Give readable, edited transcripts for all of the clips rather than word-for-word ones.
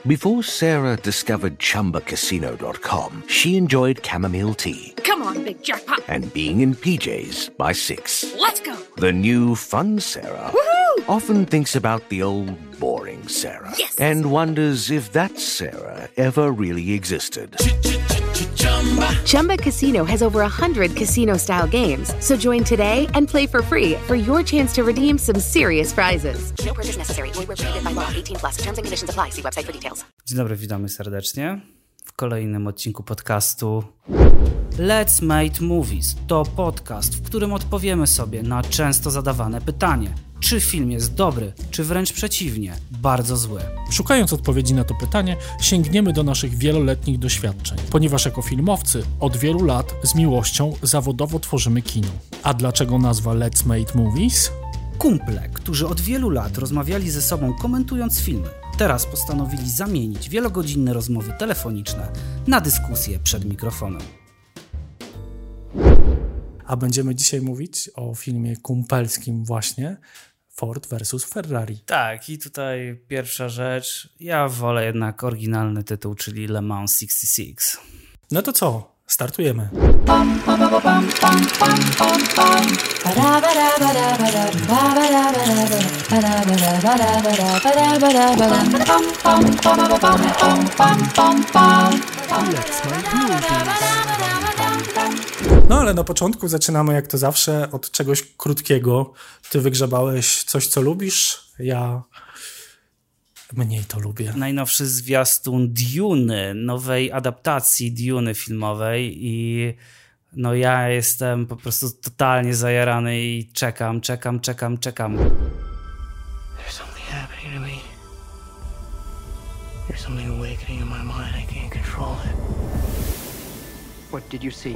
Before Sarah discovered ChumbaCasino.com, she enjoyed chamomile tea. Come on, Big Jackpot. And being in PJs by 6. Let's go. The new fun Sarah Woohoo! often thinks about the old boring Sarah. Yes. And wonders if that Sarah ever really existed. Chumba Casino has over 100 casino-style games. So join today and play for free for your chance to redeem some serious prizes. No purchase necessary. Void where prohibited by law. 18+. Terms and conditions apply. See website for details. Dzień dobry, witamy serdecznie w kolejnym odcinku podcastu Let's Make Movies. To podcast, w którym odpowiemy sobie na często zadawane pytanie: czy film jest dobry, czy wręcz przeciwnie, bardzo zły? Szukając odpowiedzi na to pytanie, sięgniemy do naszych wieloletnich doświadczeń, ponieważ jako filmowcy od wielu lat z miłością zawodowo tworzymy kino. A dlaczego nazwa Let's Make Movies? Kumple, którzy od wielu lat rozmawiali ze sobą komentując filmy, teraz postanowili zamienić wielogodzinne rozmowy telefoniczne na dyskusję przed mikrofonem. A będziemy dzisiaj mówić o filmie kumpelskim właśnie, Ford vs. Ferrari. Tak, i tutaj pierwsza rzecz, ja wolę jednak oryginalny tytuł, czyli Le Mans 66. No to co? Startujemy. No ale na początku zaczynamy jak to zawsze od czegoś krótkiego. Ty wygrzebałeś coś, co lubisz, ja mniej to lubię. Najnowszy zwiastun Duny, nowej adaptacji Duny filmowej i no ja jestem po prostu totalnie zajarany i czekam. There's something happening to me. There's something awakening in my mind. I can't control it. What did you see?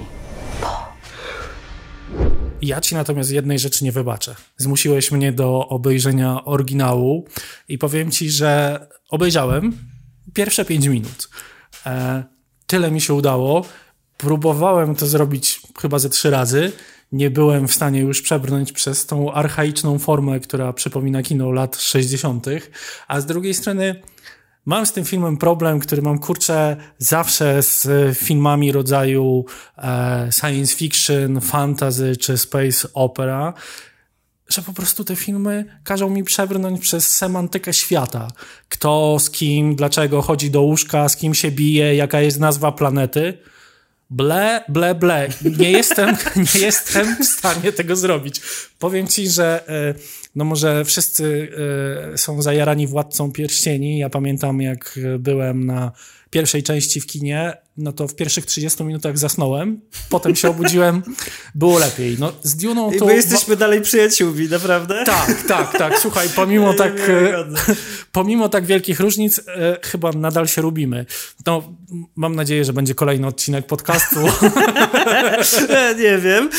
Ja ci natomiast jednej rzeczy nie wybaczę. Zmusiłeś mnie do obejrzenia oryginału i powiem ci, że obejrzałem pierwsze 5 minut. Tyle mi się udało. Próbowałem to zrobić chyba ze 3 razy. Nie byłem w stanie już przebrnąć przez tą archaiczną formę, która przypomina kino lat 60. A z drugiej strony mam z tym filmem problem, który mam, zawsze z filmami rodzaju science fiction, fantasy czy space opera, że po prostu te filmy każą mi przebrnąć przez semantykę świata. Kto, z kim, dlaczego chodzi do łóżka, z kim się bije, jaka jest nazwa planety. Ble. Nie jestem w stanie tego zrobić. Powiem ci, że no może wszyscy są zajarani Władcą Pierścieni. Ja pamiętam, jak byłem na pierwszej części w kinie, no to w pierwszych 30 minutach zasnąłem, potem się obudziłem, było lepiej. No z Duną to... My jesteśmy dalej przyjaciółmi, naprawdę? Tak. Słuchaj, pomimo tak wielkich różnic, chyba nadal się lubimy. No, mam nadzieję, że będzie kolejny odcinek podcastu. Nie wiem.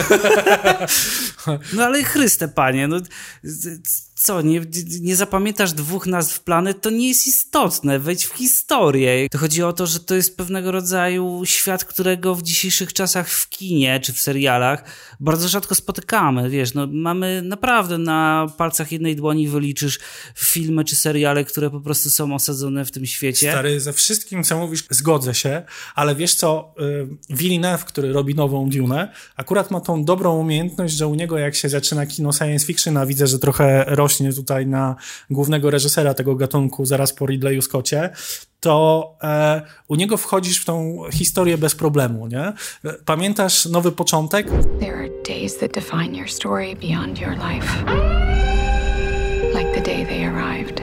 No ale Chryste, panie, no co, nie zapamiętasz 2 nazw planet, to nie jest istotne, wejdź w historię. To chodzi o to, że to jest pewnego rodzaju świat, którego w dzisiejszych czasach w kinie czy w serialach bardzo rzadko spotykamy, wiesz, no mamy naprawdę na palcach jednej dłoni wyliczysz filmy czy seriale, które po prostu są osadzone w tym świecie. Stary, ze wszystkim, co mówisz, zgodzę się, ale wiesz co, Villeneuve, który robi nową Dunę, akurat ma tą dobrą umiejętność, że u niego jak się zaczyna kino science fiction, a widzę, że trochę rośnie tutaj na głównego reżysera tego gatunku zaraz po Ridleyu Scotcie, to u niego wchodzisz w tą historię bez problemu, nie? Pamiętasz Nowy Początek? There are days that define your story beyond your life. Like the day they arrived.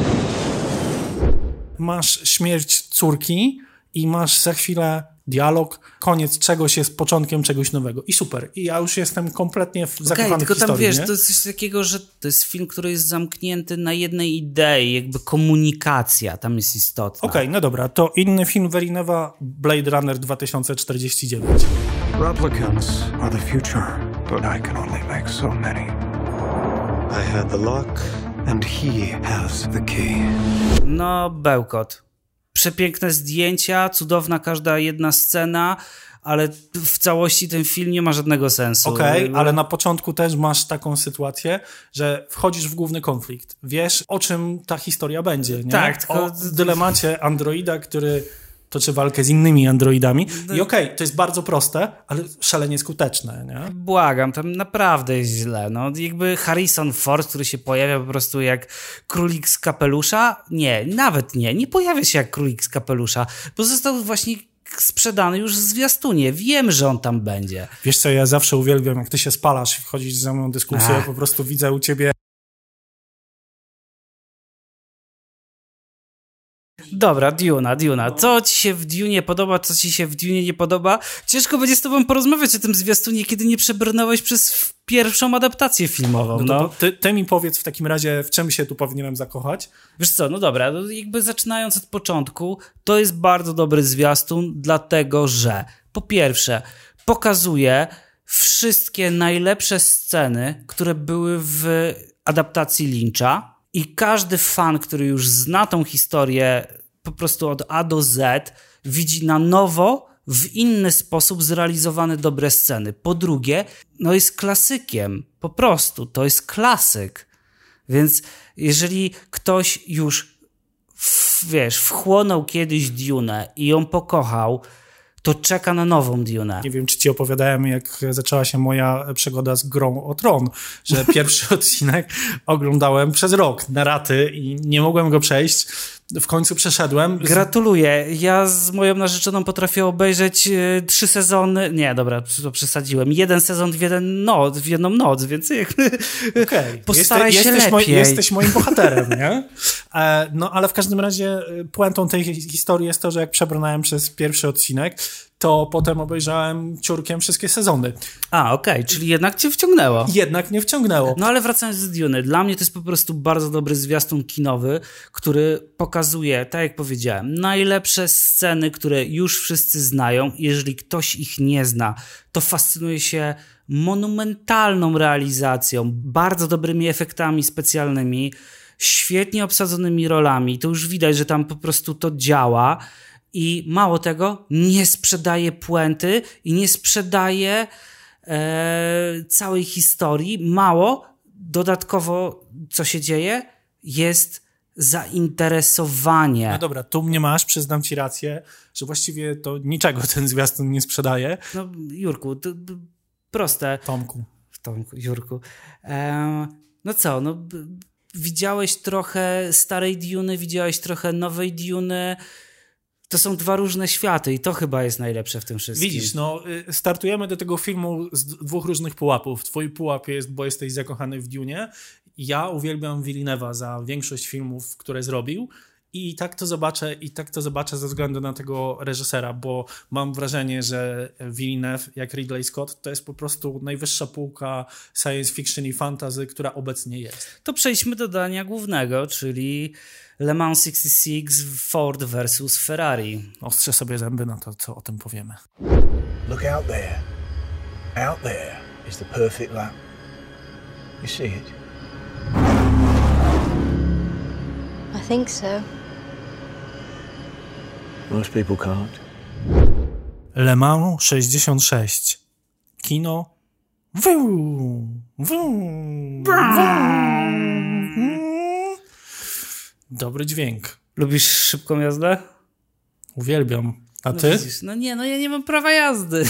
Masz śmierć córki i masz za chwilę dialog, koniec czegoś jest początkiem czegoś nowego. I super. I ja już jestem kompletnie zakochany w tylko historii. Tam wiesz, nie? to jest coś takiego, że to jest film, który jest zamknięty na jednej idei, jakby komunikacja tam jest istotna. Okej, no dobra, to inny film Villeneuve'a, Blade Runner 2049. Replicants are the future, but I can only make so many. I had the lock, and he has the key. No, bełkot. Przepiękne zdjęcia, cudowna każda jedna scena, ale w całości ten film nie ma żadnego sensu. Okej, ale na początku też masz taką sytuację, że wchodzisz w główny konflikt. Wiesz, o czym ta historia będzie, nie? Tak, tylko... O dylemacie androida, który toczy walkę z innymi androidami. I okej, to jest bardzo proste, ale szalenie skuteczne, nie? Błagam, tam naprawdę jest źle. No, jakby Harrison Ford, który się pojawia po prostu jak królik z kapelusza. Nie, nawet nie pojawia się jak królik z kapelusza, bo został właśnie sprzedany już w zwiastunie. Wiem, że on tam będzie. Wiesz co, ja zawsze uwielbiam, jak ty się spalasz i wchodzisz ze mną w dyskusję, ja po prostu widzę u ciebie. Dobra, Duna. Co ci się w Dunie podoba, co ci się w Dunie nie podoba? Ciężko będzie z tobą porozmawiać o tym zwiastunie, kiedy nie przebrnąłeś przez pierwszą adaptację filmową. No to ty mi powiedz w takim razie, w czym się tu powinienem zakochać? Wiesz co, no dobra, jakby zaczynając od początku, to jest bardzo dobry zwiastun, dlatego że po pierwsze pokazuje wszystkie najlepsze sceny, które były w adaptacji Lyncha i każdy fan, który już zna tą historię po prostu od A do Z, widzi na nowo, w inny sposób zrealizowane dobre sceny. Po drugie, no jest klasykiem, po prostu, to jest klasyk. Więc jeżeli ktoś już, wchłonął kiedyś Dunę i ją pokochał, to czeka na nową Dunę. Nie wiem, czy ci opowiadałem, jak zaczęła się moja przygoda z Grą o Tron, że pierwszy odcinek oglądałem przez rok na raty i nie mogłem go przejść. W końcu przeszedłem. Gratuluję. Ja z moją narzeczoną potrafię obejrzeć 3 sezony. Nie, dobra, to przesadziłem. 1 sezon w jedną noc, więc jakby postaraj się lepiej. Jesteś moim bohaterem, nie? No, ale w każdym razie puentą tej historii jest to, że jak przebrnąłem przez pierwszy odcinek, to potem obejrzałem ciurkiem wszystkie sezony. Okej, czyli jednak cię wciągnęło. Jednak mnie wciągnęło. No ale wracając do Duny, dla mnie to jest po prostu bardzo dobry zwiastun kinowy, który pokazuje, tak jak powiedziałem, najlepsze sceny, które już wszyscy znają. Jeżeli ktoś ich nie zna, to fascynuje się monumentalną realizacją, bardzo dobrymi efektami specjalnymi, świetnie obsadzonymi rolami. To już widać, że tam po prostu to działa. I mało tego, nie sprzedaje puenty i nie sprzedaje całej historii. Mało, dodatkowo, co się dzieje, jest zainteresowanie. No dobra, tu mnie masz, przyznam ci rację, że właściwie to niczego ten zwiastun nie sprzedaje. No Jurku, proste. Tomku, Jurku. No co, widziałeś trochę starej Duny, widziałeś trochę nowej Duny. To są 2 różne światy i to chyba jest najlepsze w tym wszystkim. Widzisz, startujemy do tego filmu z 2 różnych pułapów. Twój pułap jest, bo jesteś zakochany w Dunie. Ja uwielbiam Villeneuve'a za większość filmów, które zrobił i tak to zobaczę ze względu na tego reżysera, bo mam wrażenie, że Villeneuve, jak Ridley Scott, to jest po prostu najwyższa półka science fiction i fantasy, która obecnie jest. To przejdźmy do dania głównego, czyli Le Mans 66 Ford versus Ferrari. Ostrzę sobie zęby na to, co o tym powiemy. Look out there. Out there is the perfect lap. You see it? I think so. Most people can't. Le Mans 66. Kino. Dobry dźwięk. Lubisz szybką jazdę? Uwielbiam. A ty? Widzisz, ja nie mam prawa jazdy.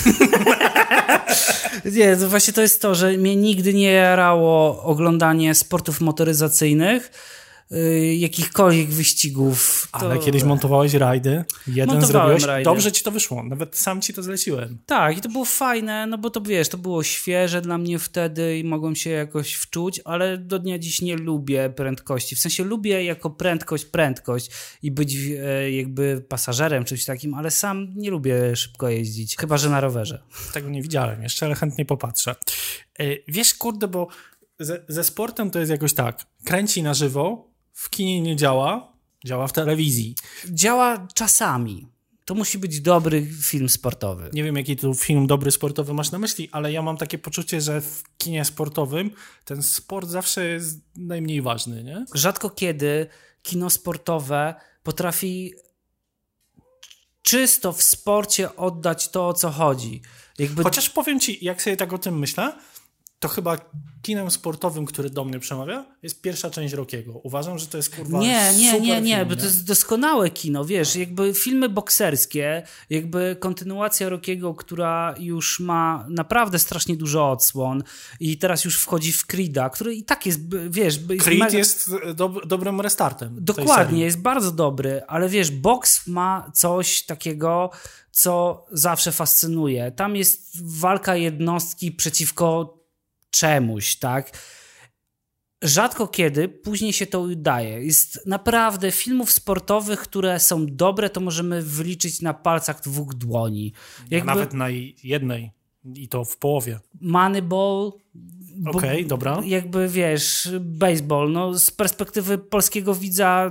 Nie, to właśnie to jest to, że mnie nigdy nie jarało oglądanie sportów motoryzacyjnych, jakichkolwiek wyścigów. Ale kiedyś montowałeś rajdy, zrobiłeś, rajdy. Dobrze ci to wyszło, nawet sam ci to zleciłem. Tak, i to było fajne, bo to to było świeże dla mnie wtedy i mogłem się jakoś wczuć, ale do dnia dziś nie lubię prędkości. W sensie lubię jako prędkość i być jakby pasażerem, czymś takim, ale sam nie lubię szybko jeździć, chyba że na rowerze. Tego nie widziałem jeszcze, ale chętnie popatrzę. Wiesz, kurde, bo ze sportem to jest jakoś tak, kręci na żywo, w kinie nie działa, działa w telewizji. Działa czasami. To musi być dobry film sportowy. Nie wiem, jaki tu film dobry sportowy masz na myśli, ale ja mam takie poczucie, że w kinie sportowym ten sport zawsze jest najmniej ważny, nie? Rzadko kiedy kino sportowe potrafi czysto w sporcie oddać to, o co chodzi. Chociaż powiem ci, jak sobie tak o tym myślę, to chyba kinem sportowym, który do mnie przemawia, jest pierwsza część Rockiego. Uważam, że to jest super film, bo to jest doskonałe kino, wiesz, jakby filmy bokserskie, jakby kontynuacja Rockiego, która już ma naprawdę strasznie dużo odsłon i teraz już wchodzi w Creeda, który i tak jest, wiesz... Creed jest dobrym restartem. Dokładnie, jest bardzo dobry, ale wiesz, boks ma coś takiego, co zawsze fascynuje. Tam jest walka jednostki przeciwko czemuś, tak? Rzadko kiedy później się to udaje. Jest naprawdę filmów sportowych, które są dobre, to możemy wyliczyć na palcach 2 dłoni. Nawet na jednej i to w połowie. Moneyball. Okej, dobra. Jakby wiesz, baseball, no z perspektywy polskiego widza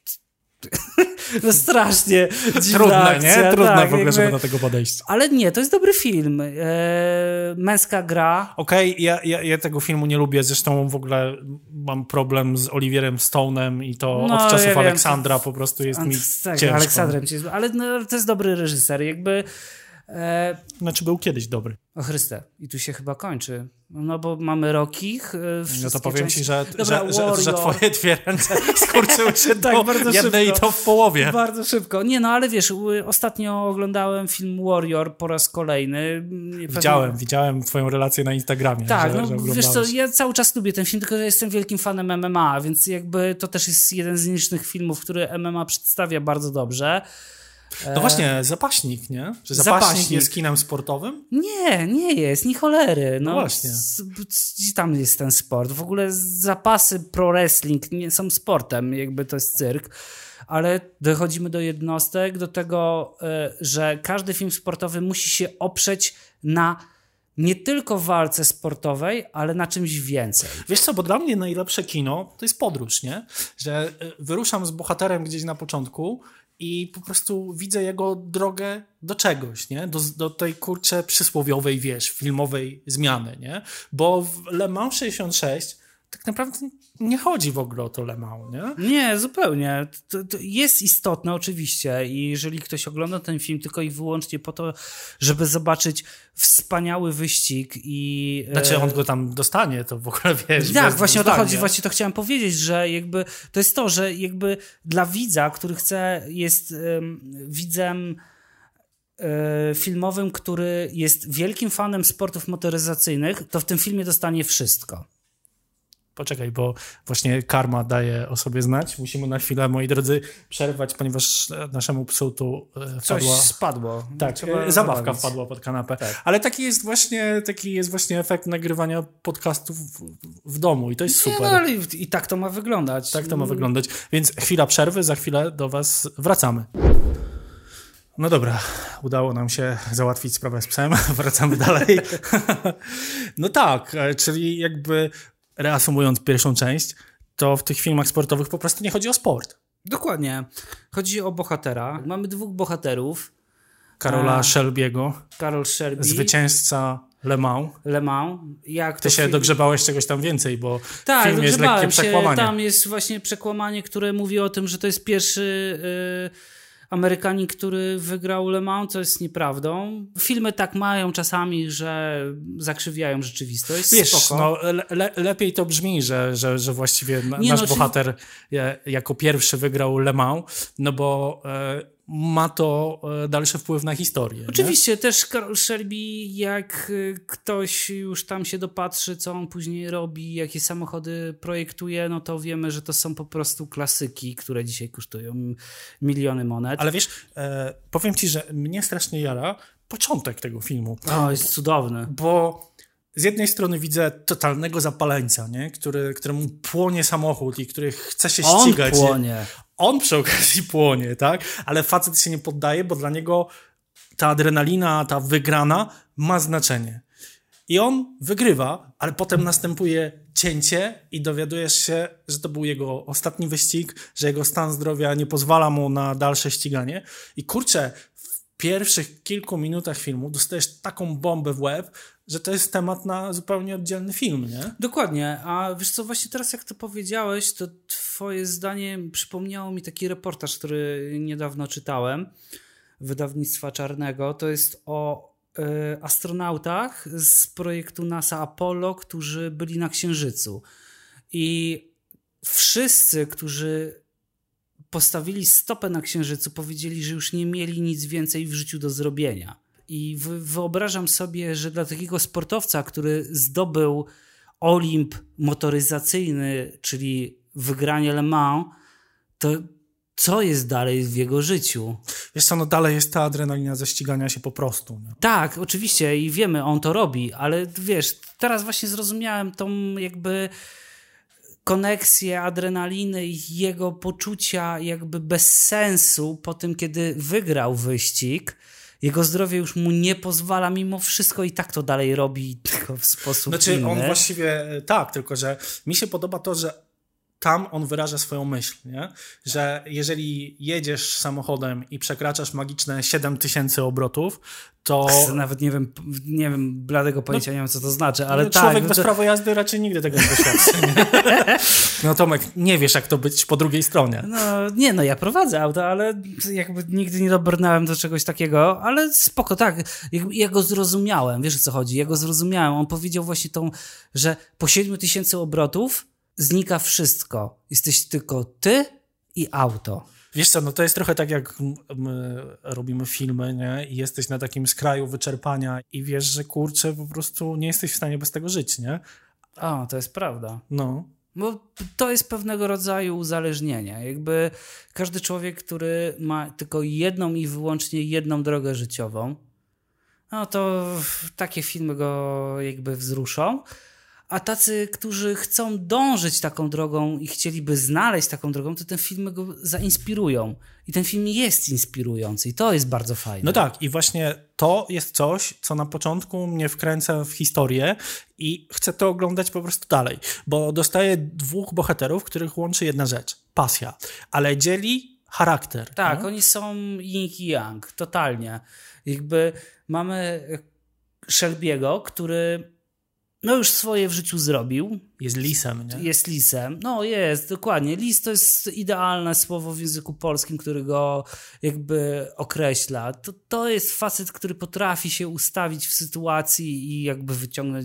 no strasznie trudne, akcja, nie? Trudne tak, w ogóle, żeby do tego podejść. Ale nie, to jest dobry film. Męska gra. Okej, ja tego filmu nie lubię, zresztą w ogóle mam problem z Oliwierem Stone'em i to od czasów Aleksandra po prostu jest mi ciężko. Aleksandrem, ale to jest dobry reżyser, jakby... Znaczy był kiedyś dobry. O Chryste, i tu się chyba kończy. No bo mamy Rockich. No to powiem ci, że twoje 2 ręce skurczyły się tak, do jednej szybko. I to w połowie. Bardzo szybko. Nie no, ale wiesz, ostatnio oglądałem film Warrior po raz kolejny. Widziałem twoją relację na Instagramie. Tak, że wiesz co, ja cały czas lubię ten film, tylko że jestem wielkim fanem MMA, więc jakby to też jest jeden z nielicznych filmów, który MMA przedstawia bardzo dobrze. No właśnie, Zapaśnik, nie? Czy Zapaśnik jest kinem sportowym? Nie jest, ni cholery. No właśnie. Gdzie tam jest ten sport? W ogóle zapasy pro wrestling nie są sportem, jakby to jest cyrk. Ale dochodzimy do jednostek, do tego, że każdy film sportowy musi się oprzeć na nie tylko walce sportowej, ale na czymś więcej. Wiesz co, bo dla mnie najlepsze kino to jest podróż, nie? Że wyruszam z bohaterem gdzieś na początku i po prostu widzę jego drogę do czegoś, nie? Do tej przysłowiowej, wiesz, filmowej zmiany, nie? Bo w Le Mans 66 tak naprawdę nie chodzi w ogóle o to Le Mans, nie? Nie, zupełnie. To jest istotne oczywiście i jeżeli ktoś ogląda ten film tylko i wyłącznie po to, żeby zobaczyć wspaniały wyścig i... Znaczy on go tam dostanie, to w ogóle wiesz. Tak, właśnie o to chodzi, właśnie to chciałem powiedzieć, że jakby to jest to, że jakby dla widza, który jest widzem filmowym, który jest wielkim fanem sportów motoryzacyjnych, to w tym filmie dostanie wszystko. Poczekaj, bo właśnie karma daje o sobie znać. Musimy na chwilę, moi drodzy, przerwać, ponieważ naszemu psu tu coś spadło. Tak, zabawka wpadła pod kanapę. Tak. Ale taki jest właśnie efekt nagrywania podcastów w domu i to jest super. No, ale i tak to ma wyglądać. Tak to ma wyglądać. Więc chwila przerwy, za chwilę do was wracamy. No dobra, udało nam się załatwić sprawę z psem. Wracamy dalej. No tak, czyli jakby reasumując pierwszą część, to w tych filmach sportowych po prostu nie chodzi o sport. Dokładnie. Chodzi o bohatera. Mamy 2 bohaterów. Karola Shelby'ego. Karol Shelby. Zwycięzca Le Mans. Ty się dogrzebałeś czegoś tam więcej, bo tak, film jest lekkie przekłamanie. Tam jest właśnie przekłamanie, które mówi o tym, że to jest pierwszy... Amerykanin, który wygrał Le Mans, co jest nieprawdą. Filmy tak mają czasami, że zakrzywiają rzeczywistość. Wiesz, spoko. Lepiej to brzmi, że właściwie nasz bohater jako pierwszy wygrał Le Mans, no bo ma to dalszy wpływ na historię. Oczywiście, też Karol Shelby, jak ktoś już tam się dopatrzy, co on później robi, jakie samochody projektuje, no to wiemy, że to są po prostu klasyki, które dzisiaj kosztują miliony monet. Ale wiesz, powiem ci, że mnie strasznie jara początek tego filmu. O, jest cudowny. Bo z jednej strony widzę totalnego zapaleńca, nie? Któremu płonie samochód i który chce się ścigać. On płonie. On przy okazji płonie, tak? Ale facet się nie poddaje, bo dla niego ta adrenalina, ta wygrana ma znaczenie. I on wygrywa, ale potem następuje cięcie i dowiadujesz się, że to był jego ostatni wyścig, że jego stan zdrowia nie pozwala mu na dalsze ściganie. I kurczę, w pierwszych kilku minutach filmu dostajesz taką bombę w łeb, że to jest temat na zupełnie oddzielny film, nie? Dokładnie, a wiesz co, właśnie teraz jak to powiedziałeś, to twoje zdanie przypomniało mi taki reportaż, który niedawno czytałem, wydawnictwa Czarnego. To jest o astronautach z projektu NASA Apollo, którzy byli na Księżycu. I wszyscy, którzy postawili stopę na Księżycu, powiedzieli, że już nie mieli nic więcej w życiu do zrobienia. I wyobrażam sobie, że dla takiego sportowca, który zdobył Olimp motoryzacyjny, czyli wygranie Le Mans, to co jest dalej w jego życiu? Wiesz co, no dalej jest ta adrenalina ze ścigania się po prostu. Nie? Tak, oczywiście i wiemy, on to robi, ale wiesz, teraz właśnie zrozumiałem tą jakby koneksję adrenaliny i jego poczucia jakby bez sensu po tym, kiedy wygrał wyścig. Jego zdrowie już mu nie pozwala mimo wszystko i tak to dalej robi, tylko w sposób inny. On właściwie tak, tylko że mi się podoba to, że tam on wyraża swoją myśl, nie? Że jeżeli jedziesz samochodem i przekraczasz magiczne 7000 obrotów, to... Nawet nie wiem, bladego pojęcia, nie wiem, co to znaczy, ale no, tak. Człowiek bez prawa jazdy raczej nigdy tego nie doświadczy. No Tomek, nie wiesz, jak to być po drugiej stronie. No ja prowadzę auto, ale jakby nigdy nie dobrnąłem do czegoś takiego, ale spoko, tak. Ja go zrozumiałem, wiesz o co chodzi, ja go zrozumiałem. On powiedział właśnie że po 7000 obrotów znika wszystko. Jesteś tylko ty i auto. Wiesz co, no to jest trochę tak, jak my robimy filmy, nie? I jesteś na takim skraju wyczerpania i wiesz, że kurczę, po prostu nie jesteś w stanie bez tego żyć, nie? O, to jest prawda. No. Bo to jest pewnego rodzaju uzależnienie. Jakby każdy człowiek, który ma tylko jedną i wyłącznie jedną drogę życiową, no to takie filmy go jakby wzruszą. A tacy, którzy chcą dążyć taką drogą i chcieliby znaleźć taką drogą, to te filmy go zainspirują. I ten film jest inspirujący i to jest bardzo fajne. No tak, i właśnie to jest coś, co na początku mnie wkręca w historię i chcę to oglądać po prostu dalej, bo dostaję dwóch bohaterów, których łączy jedna rzecz, pasja, ale dzieli charakter. Tak, no? Oni są yin i yang, totalnie. Jakby mamy Shelby'ego, który już swoje w życiu zrobił. Jest lisem, nie? Jest lisem. No jest, dokładnie. Lis to jest idealne słowo w języku polskim, który go jakby określa. To jest facet, który potrafi się ustawić w sytuacji i jakby wyciągnąć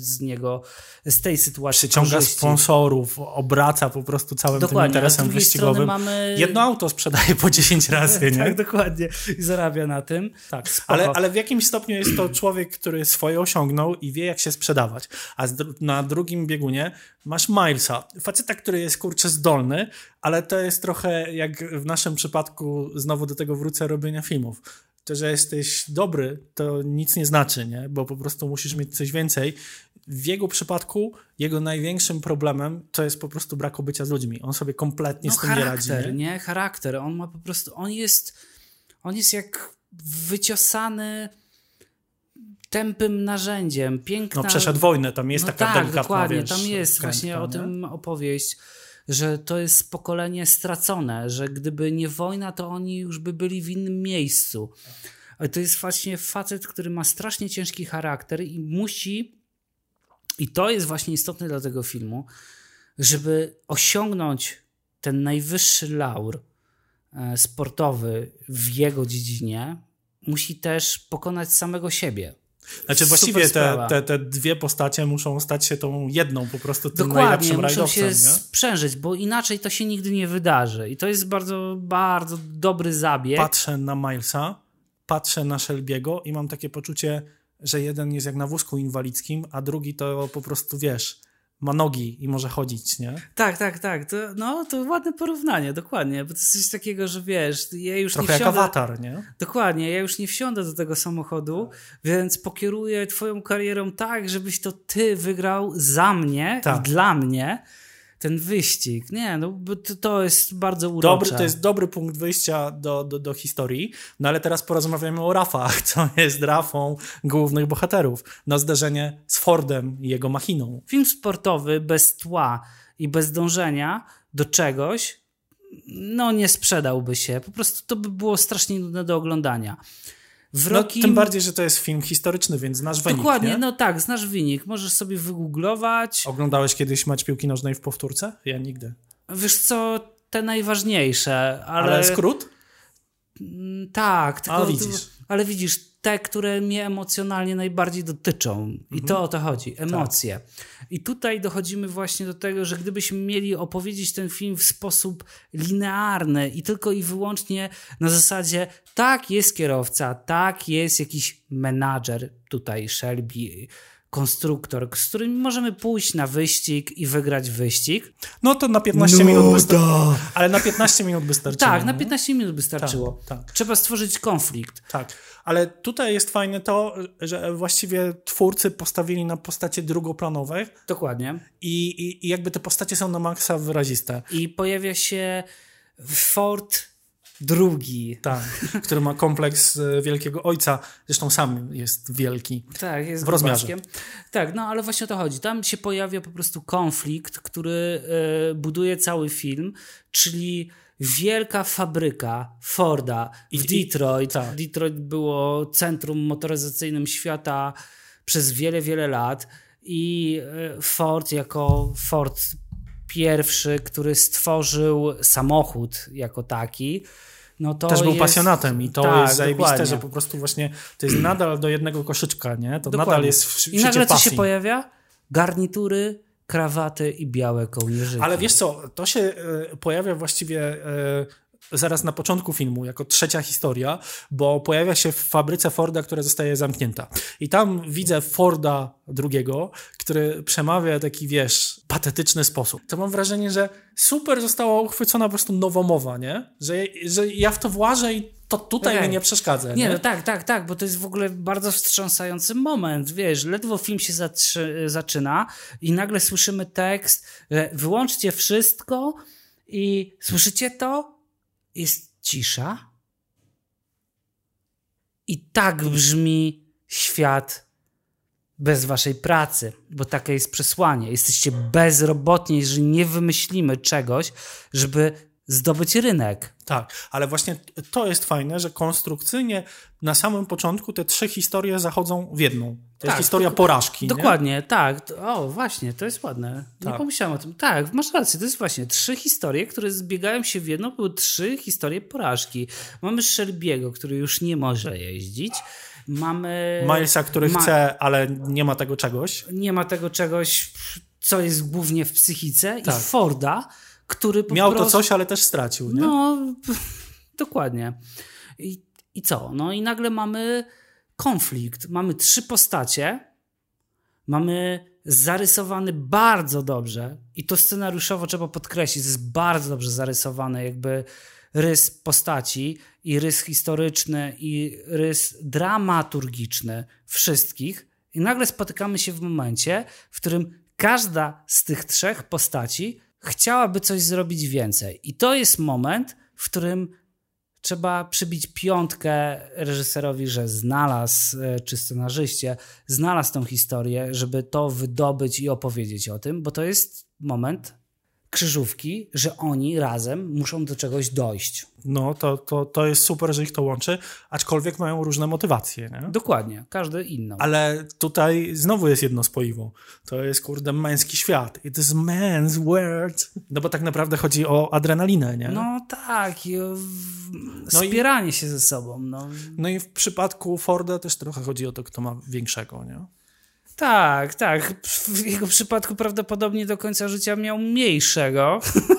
z tej sytuacji przyciąga korzyści. Sponsorów, obraca po prostu całym tym interesem wyścigowym. Jedno auto sprzedaje po 10 razy, nie? Tak, dokładnie. I zarabia na tym. Tak, ale w jakimś stopniu jest to człowiek, który swoje osiągnął i wie, jak się sprzedawać. A na drugim biegunie masz Milesa, faceta, który jest kurczę zdolny, ale to jest trochę jak w naszym przypadku, znowu do tego wrócę, robienia filmów. To, że jesteś dobry, to nic nie znaczy, nie? Bo po prostu musisz mieć coś więcej. W jego przypadku jego największym problemem to jest po prostu brak obycia z ludźmi. On sobie kompletnie z tym nie radzi. Nie? Charakter. On ma po prostu, on jest jak wyciosany tępym narzędziem. Piękna... No przeszedł wojnę, tam jest taka delikatna, dokładnie, wiesz, tam jest krętka, właśnie o tym opowieść, że to jest pokolenie stracone, że gdyby nie wojna, to oni już by byli w innym miejscu. Ale to jest właśnie facet, który ma strasznie ciężki charakter i to jest właśnie istotne dla tego filmu, żeby osiągnąć ten najwyższy laur sportowy w jego dziedzinie, musi też pokonać samego siebie. Znaczy właściwie te dwie postacie muszą stać się tą jedną, po prostu tym dokładnie, najlepszym rajdowcem. Muszą się sprzężyć, bo inaczej to się nigdy nie wydarzy. I to jest bardzo, bardzo dobry zabieg. Patrzę na Milesa, patrzę na Shelby'ego i mam takie poczucie, że jeden jest jak na wózku inwalidzkim, a drugi to po prostu, wiesz, ma nogi i może chodzić, nie? Tak. To ładne porównanie, dokładnie, bo to jest coś takiego, że wiesz, ja już trochę nie wsiądę... jak Awatar, nie? Dokładnie, ja już nie wsiądę do tego samochodu, więc pokieruję twoją karierą tak, żebyś to ty wygrał za mnie i dla mnie ten wyścig. Nie, no to jest bardzo urocze. To jest dobry punkt wyjścia do historii, no ale teraz porozmawiamy o Rafach, co jest Rafą głównych bohaterów. No zderzenie z Fordem i jego machiną. Film sportowy bez tła i bez dążenia do czegoś, no nie sprzedałby się. Po prostu to by było strasznie nudne do oglądania. Tym bardziej, że to jest film historyczny, więc znasz wynik. Dokładnie, nie? No tak, znasz wynik. Możesz sobie wygooglować. Oglądałeś kiedyś mecz piłki nożnej w powtórce? Ja nigdy. Wiesz co, te najważniejsze, ale... Ale skrót? Tak. Tylko, widzisz. Ale widzisz, te, które mnie emocjonalnie najbardziej dotyczą. I to o to chodzi. Emocje. Tak. I tutaj dochodzimy właśnie do tego, że gdybyśmy mieli opowiedzieć ten film w sposób linearny i tylko i wyłącznie na zasadzie tak, jest kierowca, tak, jest jakiś menadżer, tutaj Shelby, konstruktor, z którym możemy pójść na wyścig i wygrać wyścig. No to na 15 minut wystarczyło. Ale na 15 minut wystarczyło. Tak, na 15 minut wystarczyło. Tak. Trzeba stworzyć konflikt. Tak, ale tutaj jest fajne to, że właściwie twórcy postawili na postacie drugoplanowe. Dokładnie. I jakby te postacie są na maksa wyraziste. I pojawia się Ford drugi. Tak, który ma kompleks wielkiego ojca. Zresztą sam jest wielki. Tak, jest w rozmiarze. Tak, no ale właśnie o to chodzi. Tam się pojawia po prostu konflikt, który buduje cały film, czyli wielka fabryka Forda w Detroit. Tak. Detroit było centrum motoryzacyjnym świata przez wiele, wiele lat i Ford jako Ford pierwszy, który stworzył samochód jako taki, no to też był jest pasjonatem i to jest zajebiste, dokładnie. że po prostu właśnie to jest nadal do jednego koszyczka, nie? To Dokładnie. nadal jest w świecie I nagle pasji. co się pojawia? Garnitury, krawaty i białe kołnierzyki. Ale wiesz co, to się pojawia właściwie zaraz na początku filmu, jako trzecia historia, bo pojawia się w fabryce Forda, która zostaje zamknięta. I tam widzę Forda drugiego, który przemawia w taki, wiesz, patetyczny sposób. To mam wrażenie, że super została uchwycona po prostu nowomowa, nie? Że ja w to włażę i to tutaj mi nie przeszkadza. Nie, no tak, bo to jest w ogóle bardzo wstrząsający moment, wiesz, ledwo film się zaczyna i nagle słyszymy tekst, że wyłączcie wszystko i słyszycie to? Jest cisza i tak brzmi świat bez waszej pracy, bo takie jest przesłanie. Jesteście bezrobotni, jeżeli nie wymyślimy czegoś, żeby zdobyć rynek. Tak, ale właśnie to jest fajne, że konstrukcyjnie na samym początku te trzy historie zachodzą w jedną. To jest historia porażki. Dokładnie, nie? tak. O, właśnie, to jest ładne. Nie pomyślałem o tym. Tak, masz rację, to jest właśnie 3 historie, które zbiegają się w jedną, były 3 historie porażki. Mamy Shelby'ego, który już nie może jeździć. Mamy Milesa, który chce, ale nie ma tego czegoś. Nie ma tego czegoś, co jest głównie w psychice. Tak. I Forda, który miał to coś, ale też stracił, nie? No, dokładnie. I co? No i nagle mamy konflikt. Mamy 3 postacie. Mamy zarysowany bardzo dobrze i to scenariuszowo trzeba podkreślić, jest bardzo dobrze zarysowany jakby rys postaci i rys historyczny i rys dramaturgiczny wszystkich i nagle spotykamy się w momencie, w którym każda z tych 3 postaci chciałaby coś zrobić więcej. I to jest moment, w którym trzeba przybić piątkę reżyserowi, że znalazł, czy scenarzyście, znalazł tą historię, żeby to wydobyć i opowiedzieć o tym, bo to jest moment krzyżówki, że oni razem muszą do czegoś dojść. No, to jest super, że ich to łączy, aczkolwiek mają różne motywacje, nie? Dokładnie, każdy inną. Ale tutaj znowu jest jedno spoiwo. To jest, kurde, męski świat. It is man's world. No bo tak naprawdę chodzi o adrenalinę, nie? No tak, i o spieranie się ze sobą. No i w przypadku Forda też trochę chodzi o to, kto ma większego, nie? Tak. W jego przypadku prawdopodobnie do końca życia miał mniejszego.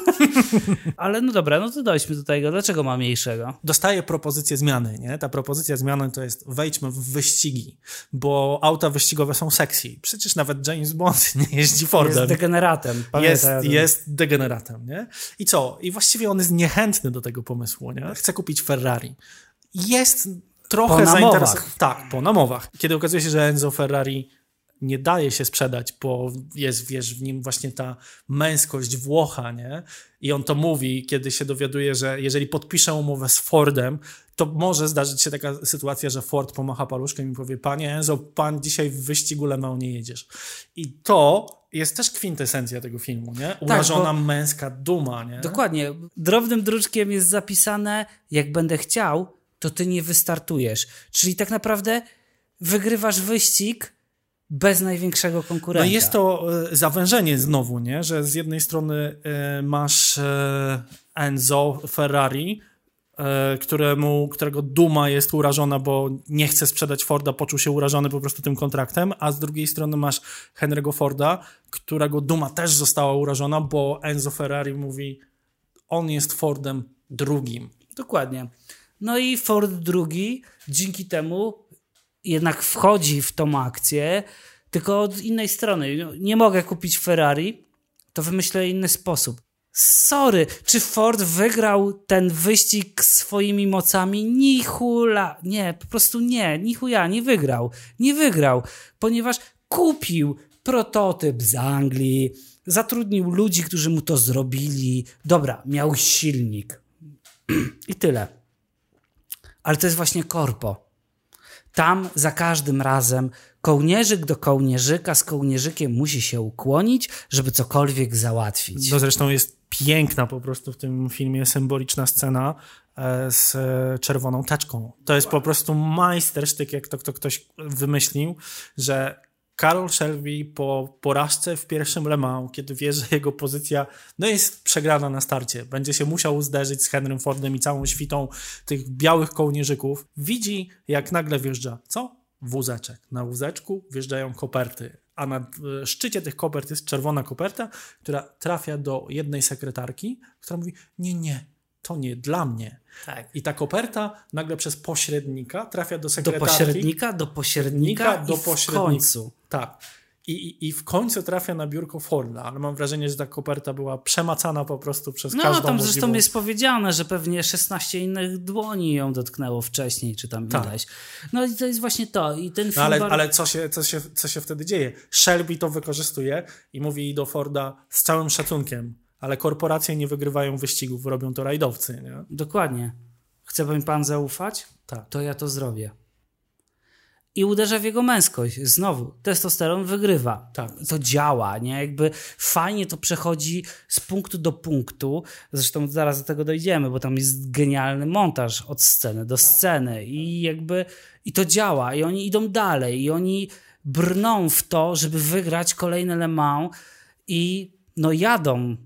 Ale no dobra, no to dojdźmy do tego. Dlaczego ma mniejszego? Dostaje propozycję zmiany, nie? Ta propozycja zmiany to jest wejdźmy w wyścigi, bo auta wyścigowe są sexy. Przecież nawet James Bond nie jeździ Fordem. Jest degeneratem. Jest degeneratem, nie? I co? I właściwie on jest niechętny do tego pomysłu, nie? Chce kupić Ferrari. Jest trochę zainteresowany. Tak, po namowach. Kiedy okazuje się, że Enzo Ferrari nie daje się sprzedać, bo jest, wiesz, w nim właśnie ta męskość Włocha, nie? I on to mówi, kiedy się dowiaduje, że jeżeli podpisze umowę z Fordem, to może zdarzyć się taka sytuacja, że Ford pomacha paluszkiem i powie: panie Enzo, pan dzisiaj w wyścigu Le Mans nie jedziesz. I to jest też kwintesencja tego filmu, nie? Urażona męska duma, nie? Dokładnie. Drobnym druczkiem jest zapisane: jak będę chciał, to ty nie wystartujesz. Czyli tak naprawdę wygrywasz wyścig bez największego konkurenta. No jest to zawężenie znowu, nie? Że z jednej strony masz Enzo Ferrari, którego duma jest urażona, bo nie chce sprzedać Forda, poczuł się urażony po prostu tym kontraktem, a z drugiej strony masz Henry'ego Forda, którego duma też została urażona, bo Enzo Ferrari mówi, on jest Fordem drugim. Dokładnie. No i Ford drugi dzięki temu jednak wchodzi w tą akcję, tylko od innej strony. Nie mogę kupić Ferrari, to wymyślę inny sposób. Sorry, czy Ford wygrał ten wyścig swoimi mocami? Ni hula. Nie, po prostu nie. Ni chuja, nie wygrał. Nie wygrał, ponieważ kupił prototyp z Anglii, zatrudnił ludzi, którzy mu to zrobili. Dobra, miał silnik. I tyle. Ale to jest właśnie korpo. Tam za każdym razem kołnierzyk do kołnierzyka z kołnierzykiem musi się ukłonić, żeby cokolwiek załatwić. No zresztą jest piękna po prostu w tym filmie symboliczna scena z czerwoną teczką. To jest po prostu majstersztyk, jak to ktoś wymyślił, że Carroll Shelby po porażce w pierwszym Le Mans, kiedy wie, że jego pozycja jest przegrana na starcie, będzie się musiał zderzyć z Henrym Fordem i całą świtą tych białych kołnierzyków, widzi, jak nagle wjeżdża, wózeczek. Na wózeczku wjeżdżają koperty, a na szczycie tych kopert jest czerwona koperta, która trafia do jednej sekretarki, która mówi, nie, to nie dla mnie. Tak. I ta koperta nagle przez pośrednika trafia do sekretarki. Do pośrednika w końcu. Tak. I w końcu trafia na biurko Forda, ale mam wrażenie, że ta koperta była przemacana po prostu przez każdą tam możliwą... zresztą jest powiedziane, że pewnie 16 innych dłoni ją dotknęło wcześniej, czy tam ileś. No i to jest właśnie to. I ten film ale co się wtedy dzieje? Shelby to wykorzystuje i mówi do Forda z całym szacunkiem, ale korporacje nie wygrywają wyścigów, robią to rajdowcy, nie? Dokładnie. Chce mi pan zaufać? Tak. To ja to zrobię. I uderza w jego męskość. Znowu, testosteron wygrywa. Tak. I to działa, nie? Jakby fajnie to przechodzi z punktu do punktu. Zresztą zaraz do tego dojdziemy, bo tam jest genialny montaż od sceny do sceny. I to działa. I oni idą dalej. I oni brną w to, żeby wygrać kolejne Le Mans. I jadą.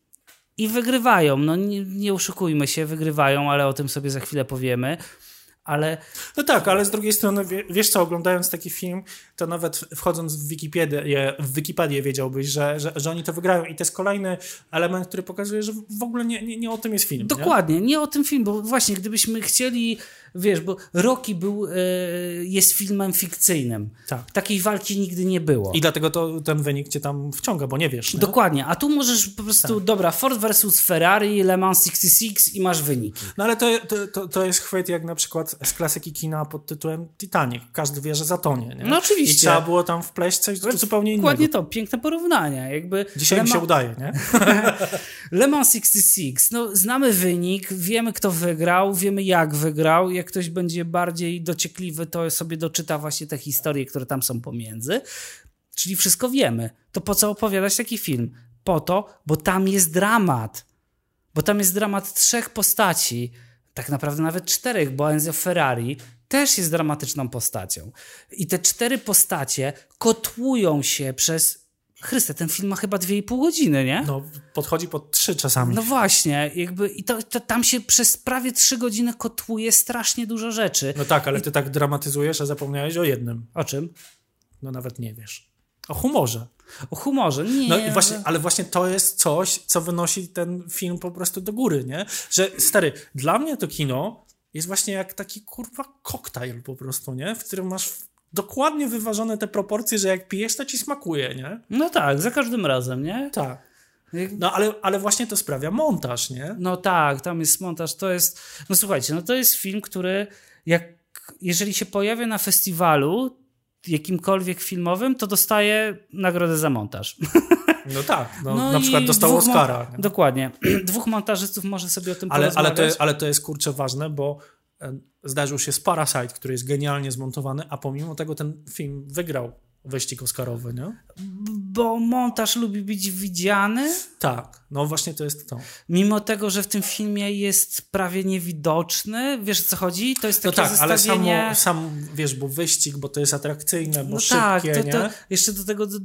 I wygrywają. Nie oszukujmy się, wygrywają, ale o tym sobie za chwilę powiemy. Ale... No tak, ale z drugiej strony, wiesz co, oglądając taki film, to nawet wchodząc w Wikipedię wiedziałbyś, że oni to wygrają i to jest kolejny element, który pokazuje, że w ogóle nie o tym jest film. Dokładnie, nie o tym film, bo właśnie gdybyśmy chcieli, bo Rocky jest filmem fikcyjnym. Tak. Takiej walki nigdy nie było. I dlatego ten wynik cię tam wciąga, bo nie wiesz. Nie? Dokładnie, a tu możesz po prostu, dobra, Ford versus Ferrari, Le Mans 66 i masz wyniki. No ale to jest chwyt jak na przykład z klasyki kina pod tytułem Titanic. Każdy wie, że zatonie, nie? No oczywiście. I trzeba było tam wpleść coś zupełnie innego. Dokładnie to, piękne porównanie. Dzisiaj mi się udaje, nie? Le Mans 66, znamy wynik, wiemy kto wygrał, wiemy jak wygrał. Jak ktoś będzie bardziej dociekliwy, to sobie doczyta właśnie te historie, które tam są pomiędzy. Czyli wszystko wiemy. To po co opowiadać taki film? Po to, bo tam jest dramat. Bo tam jest dramat 3 postaci. Tak naprawdę nawet 4, bo Enzo Ferrari też jest dramatyczną postacią. I te 4 postacie kotłują się przez... Chryste, ten film ma chyba 2,5 godziny, nie? No, podchodzi pod 3 czasami. No właśnie, i to tam się przez prawie 3 godziny kotłuje strasznie dużo rzeczy. No tak, ale ty tak dramatyzujesz, a zapomniałeś o jednym. O czym? No nawet nie wiesz. O humorze. O humorze, nie. No i właśnie, ale właśnie to jest coś, co wynosi ten film po prostu do góry, nie? Że stary, dla mnie to kino jest właśnie jak taki koktajl po prostu, nie? W którym masz dokładnie wyważone te proporcje, że jak pijesz, to ci smakuje, nie? No tak, za każdym razem, nie? Tak. No ale właśnie to sprawia montaż, nie? No tak, tam jest montaż, to jest... No słuchajcie, to jest film, który jeżeli się pojawia na festiwalu jakimkolwiek filmowym, to dostaje nagrodę za montaż. No tak, na przykład dostał Oscara. Dokładnie. 2 montażystów może sobie o tym porozmawiać. Ale to jest kurczę ważne, bo zdarzył się z Parasite, który jest genialnie zmontowany, a pomimo tego ten film wygrał wyścig oscarowy, nie? Bo montaż lubi być widziany? Tak, no właśnie to jest to. Mimo tego, że w tym filmie jest prawie niewidoczny, wiesz o co chodzi? To jest takie zestawienie... ale sam wiesz, bo wyścig, bo to jest atrakcyjne, bo no szybkie, tak, nie? Jeszcze do tego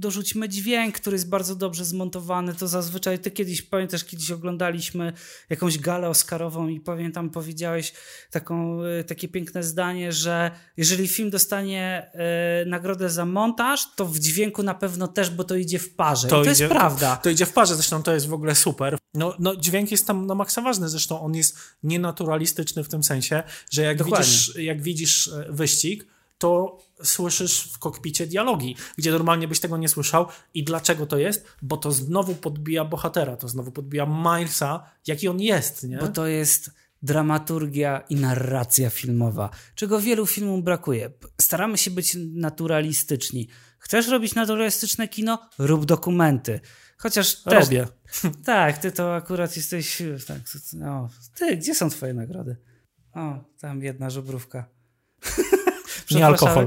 dorzućmy dźwięk, który jest bardzo dobrze zmontowany. To zazwyczaj ty pamiętasz, kiedyś oglądaliśmy jakąś galę oscarową i pamiętam, powiedziałeś takie piękne zdanie, że jeżeli film dostanie nagrodę za montaż, to w dźwięku na pewno też, bo to idzie w parze. To jest prawda. To idzie w parze, zresztą to jest w ogóle super. No dźwięk jest tam na maksa ważny, zresztą on jest nienaturalistyczny w tym sensie, że jak widzisz wyścig, to słyszysz w kokpicie dialogi, gdzie normalnie byś tego nie słyszał. I dlaczego to jest? Bo to znowu podbija bohatera, to znowu podbija Milesa, jaki on jest, nie? Bo to jest dramaturgia i narracja filmowa, czego wielu filmom brakuje. Staramy się być naturalistyczni. Chcesz robić naturalistyczne kino? Rób dokumenty. Chociaż też... Robię. Tak, ty to akurat jesteś... Tak, no, ty, gdzie są twoje nagrody? O, tam jedna żubrówka. Nie alkohol.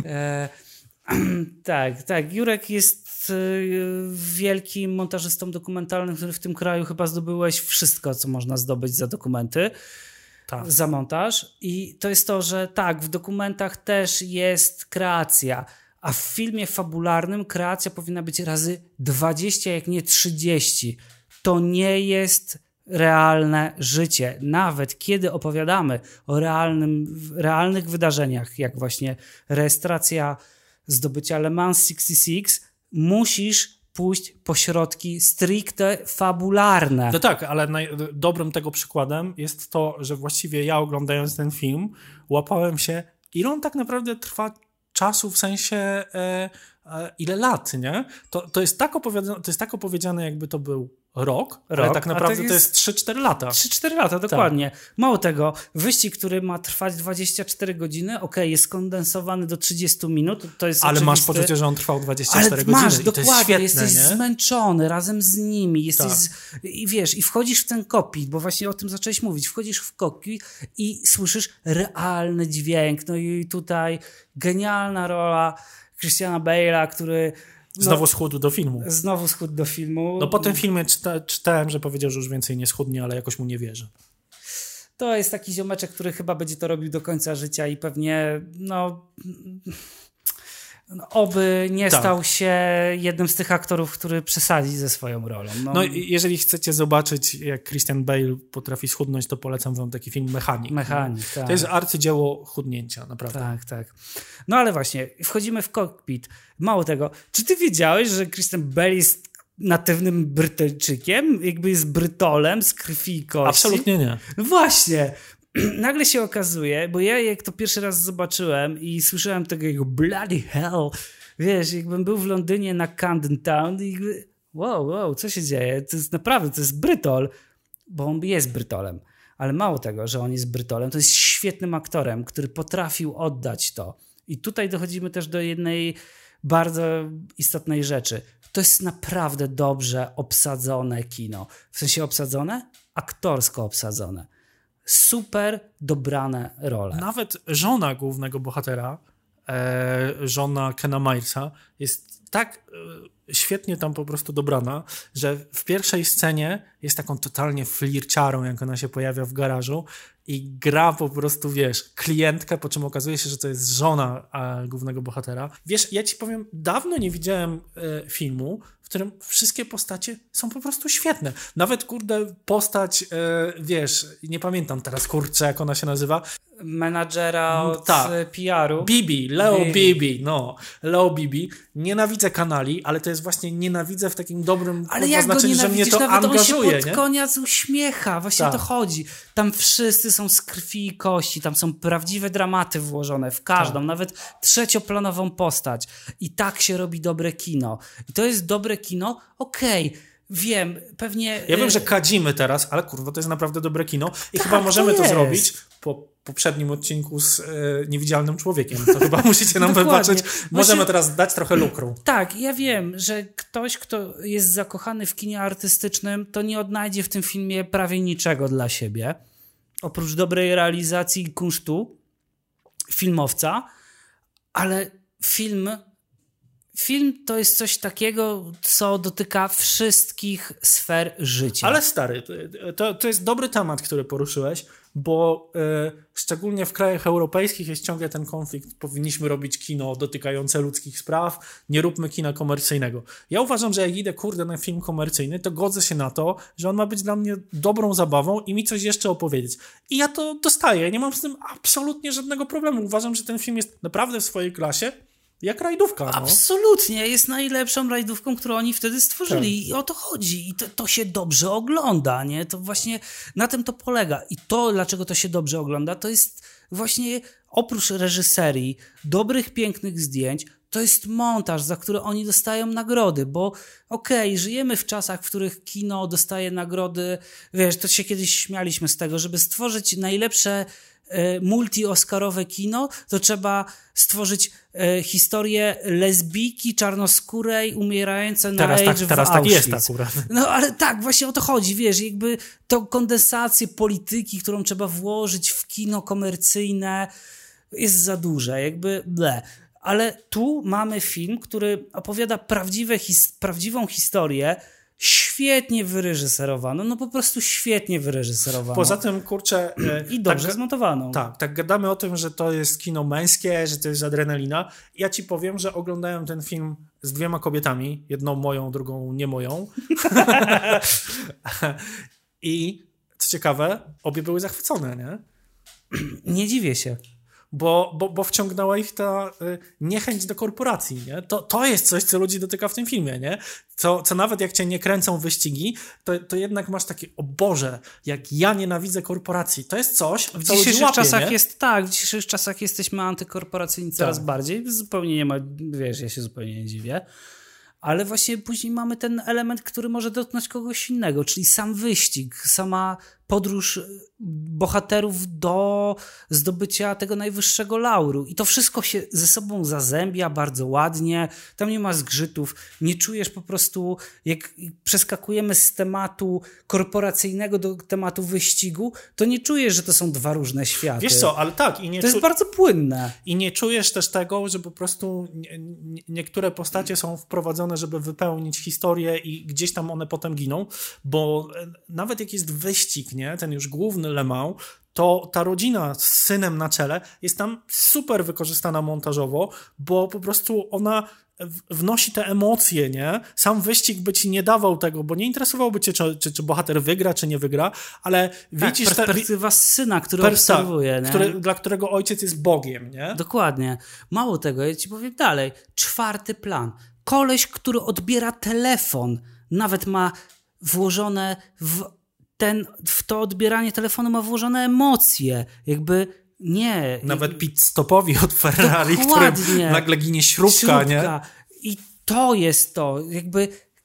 Tak. Jurek jest wielkim montażystą dokumentalnym, który w tym kraju chyba zdobyłeś wszystko, co można zdobyć za dokumenty, za montaż. I to jest to, że tak, w dokumentach też jest kreacja, a w filmie fabularnym kreacja powinna być razy 20, jak nie 30. To nie jest realne życie. Nawet kiedy opowiadamy o realnych wydarzeniach, jak właśnie rejestracja zdobycia Le Mans 66, musisz pójść po środki stricte fabularne. No tak, ale dobrym tego przykładem jest to, że właściwie ja oglądając ten film łapałem się, ile on tak naprawdę trwa czasu, w sensie ile lat, nie? To jest tak opowiedziane, jakby to był rok, ale tak naprawdę to jest 3-4 lata. 3-4 lata, dokładnie. Tak. Mało tego, wyścig, który ma trwać 24 godziny, jest skondensowany do 30 minut, to jest ale oczywiste. Masz poczucie, że on trwał 24 godziny. Masz, i dokładnie, to jest świetne, jesteś nie? zmęczony razem z nimi, i wiesz, i wchodzisz w ten kokpit, bo właśnie o tym zacząłeś mówić, wchodzisz w kokpit i słyszysz realny dźwięk, no i tutaj genialna rola Christiana Bale'a, który Znowu schudł do filmu. No po tym filmie czytałem, że powiedział, że już więcej nie schudnie, ale jakoś mu nie wierzę. To jest taki ziomeczek, który chyba będzie to robił do końca życia i pewnie oby nie stał się jednym z tych aktorów, który przesadzi ze swoją rolą. No jeżeli chcecie zobaczyć, jak Christian Bale potrafi schudnąć, to polecam wam taki film Mechanik. Tak. To jest arcydzieło chudnięcia, naprawdę. Tak. No ale właśnie, wchodzimy w kokpit. Mało tego, czy ty wiedziałeś, że Christian Bale jest natywnym Brytyjczykiem? Jakby jest Brytolem z krwi i kości? Absolutnie nie. Właśnie. Nagle się okazuje, bo ja jak to pierwszy raz zobaczyłem i słyszałem tego jego bloody hell, wiesz, jakbym był w Londynie na Camden Town i wow, co się dzieje? To jest naprawdę, to jest Brytol, bo on jest Brytolem. Ale mało tego, że on jest Brytolem, to jest świetnym aktorem, który potrafił oddać to. I tutaj dochodzimy też do jednej bardzo istotnej rzeczy. To jest naprawdę dobrze obsadzone kino. W sensie obsadzone? Aktorsko obsadzone. Super dobrane role. Nawet żona głównego bohatera, żona Kena Milesa, jest tak świetnie tam po prostu dobrana, że w pierwszej scenie jest taką totalnie flirciarą, jak ona się pojawia w garażu i gra po prostu, wiesz, klientkę, po czym okazuje się, że to jest żona głównego bohatera. Wiesz, ja ci powiem, dawno nie widziałem filmu, w którym wszystkie postacie są po prostu świetne. Nawet, postać, wiesz, nie pamiętam teraz, jak ona się nazywa. Menadżera od PR-u. Leo Bibi. Nienawidzę kanali, ale to jest właśnie nienawidzę w takim dobrym znaczeniu, że mnie to nawet angażuje. On się pod koniec uśmiecha. Właśnie to chodzi. Tam wszyscy są z krwi i kości. Tam są prawdziwe dramaty włożone w każdą, nawet trzecioplanową postać. I tak się robi dobre kino. I to jest dobre kino, wiem, pewnie... Ja wiem, że kadzimy teraz, ale kurwa, to jest naprawdę dobre kino i chyba możemy to zrobić po poprzednim odcinku z Niewidzialnym Człowiekiem. To chyba musicie nam wybaczyć. Możemy teraz dać trochę lukru. Tak, ja wiem, że ktoś, kto jest zakochany w kinie artystycznym, to nie odnajdzie w tym filmie prawie niczego dla siebie. Oprócz dobrej realizacji i kunsztu filmowca, ale film to jest coś takiego, co dotyka wszystkich sfer życia. Ale stary, to jest dobry temat, który poruszyłeś, bo szczególnie w krajach europejskich jest ciągle ten konflikt, powinniśmy robić kino dotykające ludzkich spraw, nie róbmy kina komercyjnego. Ja uważam, że jak idę, na film komercyjny, to godzę się na to, że on ma być dla mnie dobrą zabawą i mi coś jeszcze opowiedzieć. I ja to dostaję, nie mam z tym absolutnie żadnego problemu. Uważam, że ten film jest naprawdę w swojej klasie, jak rajdówka. No. Absolutnie, jest najlepszą rajdówką, którą oni wtedy stworzyli. Tak. I o to chodzi. I to się dobrze ogląda, nie? To właśnie na tym to polega. I to, dlaczego to się dobrze ogląda, to jest właśnie oprócz reżyserii, dobrych, pięknych zdjęć, to jest montaż, za który oni dostają nagrody, bo żyjemy w czasach, w których kino dostaje nagrody, wiesz, to się kiedyś śmialiśmy z tego, żeby stworzyć najlepsze multi-oscarowe kino, to trzeba stworzyć historię lesbijki czarnoskórej umierającej na AIDS w Auschwitz. Teraz tak jest akurat. No ale tak, właśnie o to chodzi, wiesz, jakby tą kondensację polityki, którą trzeba włożyć w kino komercyjne jest za duże, jakby ble. Ale tu mamy film, który opowiada prawdziwą historię, świetnie wyreżyserowaną, no po prostu świetnie wyreżyserowaną. Poza tym, kurczę... I dobrze zmontowaną. Tak gadamy o tym, że to jest kino męskie, że to jest adrenalina. Ja ci powiem, że oglądałem ten film z 2 kobietami, jedną moją, drugą nie moją. I co ciekawe, obie były zachwycone, nie? Nie dziwię się. Bo wciągnęła ich ta niechęć do korporacji, nie? To jest coś, co ludzi dotyka w tym filmie, nie? Co nawet jak cię nie kręcą wyścigi, to jednak masz takie, o Boże, jak ja nienawidzę korporacji. To jest coś, w co ludzi łapie, czasach nie? jest tak, w dzisiejszych czasach jesteśmy antykorporacyjni coraz bardziej. Zupełnie nie ma, wiesz, ja się zupełnie nie dziwię. Ale właśnie później mamy ten element, który może dotknąć kogoś innego, czyli sam wyścig, sama podróż bohaterów do zdobycia tego najwyższego lauru. I to wszystko się ze sobą zazębia bardzo ładnie, tam nie ma zgrzytów, nie czujesz po prostu, jak przeskakujemy z tematu korporacyjnego do tematu wyścigu, to nie czujesz, że to są 2 różne światy. Wiesz co, ale tak. To jest bardzo płynne. I nie czujesz też tego, że po prostu niektóre postacie są wprowadzone, żeby wypełnić historię i gdzieś tam one potem giną, bo nawet jak jest wyścig, nie? Ten już główny Le Mans, to ta rodzina z synem na czele jest tam super wykorzystana montażowo, bo po prostu ona wnosi te emocje, nie? Sam wyścig by ci nie dawał tego, bo nie interesowałoby cię, czy bohater wygra, czy nie wygra, ale widzisz... perspektywa syna, który obserwuje, nie? Dla którego ojciec jest Bogiem, nie? Dokładnie. Mało tego, ja ci powiem dalej. 4. plan. Koleś, który odbiera telefon, nawet ma włożone w to odbieranie telefonu ma włożone emocje. Jakby nie. Nawet pit stopowi od Ferrari, którym nagle ginie śrubka, nie? I to jest to. Jakby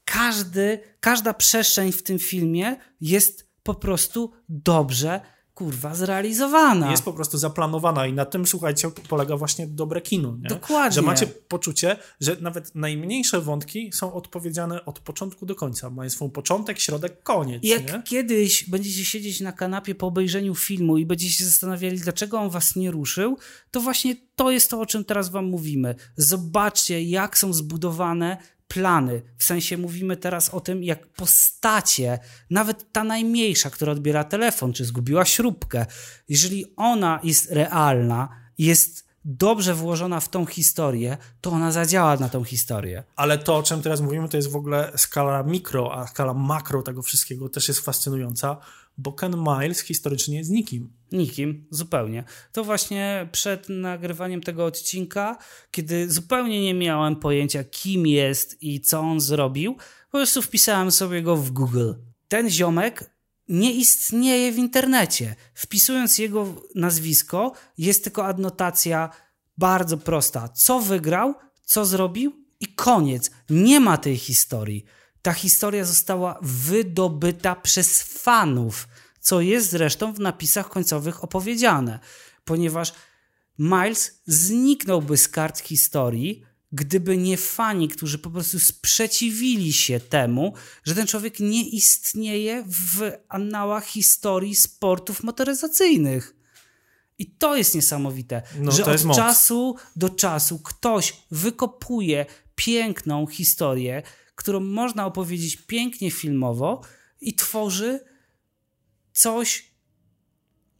każda przestrzeń w tym filmie jest po prostu dobrze zrealizowana. Jest po prostu zaplanowana i na tym, słuchajcie, polega właśnie dobre kino, nie? Dokładnie. Że macie poczucie, że nawet najmniejsze wątki są odpowiedziane od początku do końca. Mają swój początek, środek, koniec. Jak kiedyś będziecie siedzieć na kanapie po obejrzeniu filmu i będziecie się zastanawiali, dlaczego on was nie ruszył, to właśnie to jest to, o czym teraz wam mówimy. Zobaczcie, jak są zbudowane plany. W sensie mówimy teraz o tym, jak postacie, nawet ta najmniejsza, która odbiera telefon, czy zgubiła śrubkę, jeżeli ona jest realna, jest dobrze włożona w tą historię, to ona zadziała na tą historię. Ale to, o czym teraz mówimy, to jest w ogóle skala mikro, a skala makro tego wszystkiego też jest fascynująca, bo Ken Miles historycznie jest nikim. Nikim, zupełnie. To właśnie przed nagrywaniem tego odcinka, kiedy zupełnie nie miałem pojęcia, kim jest i co on zrobił, po prostu wpisałem sobie go w Google. Ten ziomek nie istnieje w internecie. Wpisując jego nazwisko, jest tylko adnotacja bardzo prosta. Co wygrał, co zrobił i koniec. Nie ma tej historii. Ta historia została wydobyta przez fanów, co jest zresztą w napisach końcowych opowiedziane, ponieważ Miles zniknąłby z kart historii, gdyby nie fani, którzy po prostu sprzeciwili się temu, że ten człowiek nie istnieje w annałach historii sportów motoryzacyjnych. I to jest niesamowite, że od czasu do czasu ktoś wykopuje piękną historię, którą można opowiedzieć pięknie filmowo i tworzy coś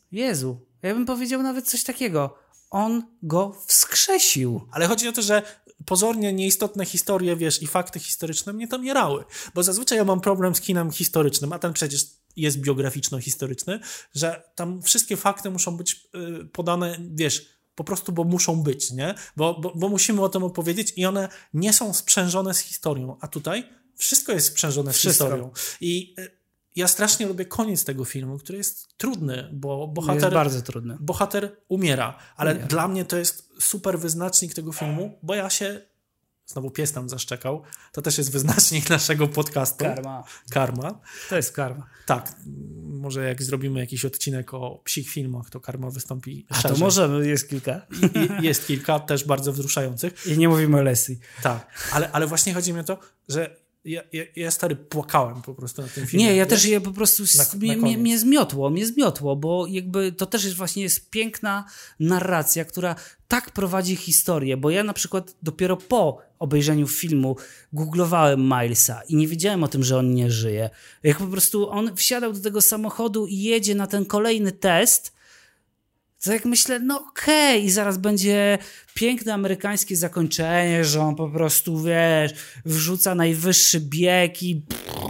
Jezu, ja bym powiedział nawet coś takiego. On go wskrzesił. Ale chodzi o to, że pozornie nieistotne historie, wiesz, i fakty historyczne mnie tam jarały. Bo zazwyczaj ja mam problem z kinem historycznym, a ten przecież jest biograficzno-historyczny, że tam wszystkie fakty muszą być podane, wiesz, po prostu, bo muszą być, nie? Bo musimy o tym opowiedzieć i one nie są sprzężone z historią. A tutaj wszystko jest sprzężone z historią. I ja strasznie lubię koniec tego filmu, który jest trudny, bo bohater... Jest bardzo trudny. Bohater umiera, ale dla mnie to jest super wyznacznik tego filmu, bo ja się... Znowu pies tam zaszczekał. To też jest wyznacznik naszego podcastu. Karma. To jest karma. Tak. Może jak zrobimy jakiś odcinek o psich filmach, to karma wystąpi szerzej. A to możemy, jest kilka. Jest kilka, też bardzo wzruszających. I nie mówimy o Leslie. Tak. Ale właśnie chodzi mi o to, że ja stary płakałem po prostu na tym filmie. Nie, ja też po prostu mnie zmiotło, bo jakby to też jest piękna narracja, która tak prowadzi historię, bo ja na przykład dopiero po obejrzeniu filmu googlowałem Milesa i nie wiedziałem o tym, że on nie żyje. Jak po prostu on wsiadał do tego samochodu i jedzie na ten kolejny test, to jak myślę, no okej, i zaraz będzie piękne amerykańskie zakończenie, że on po prostu, wiesz, wrzuca najwyższy bieg i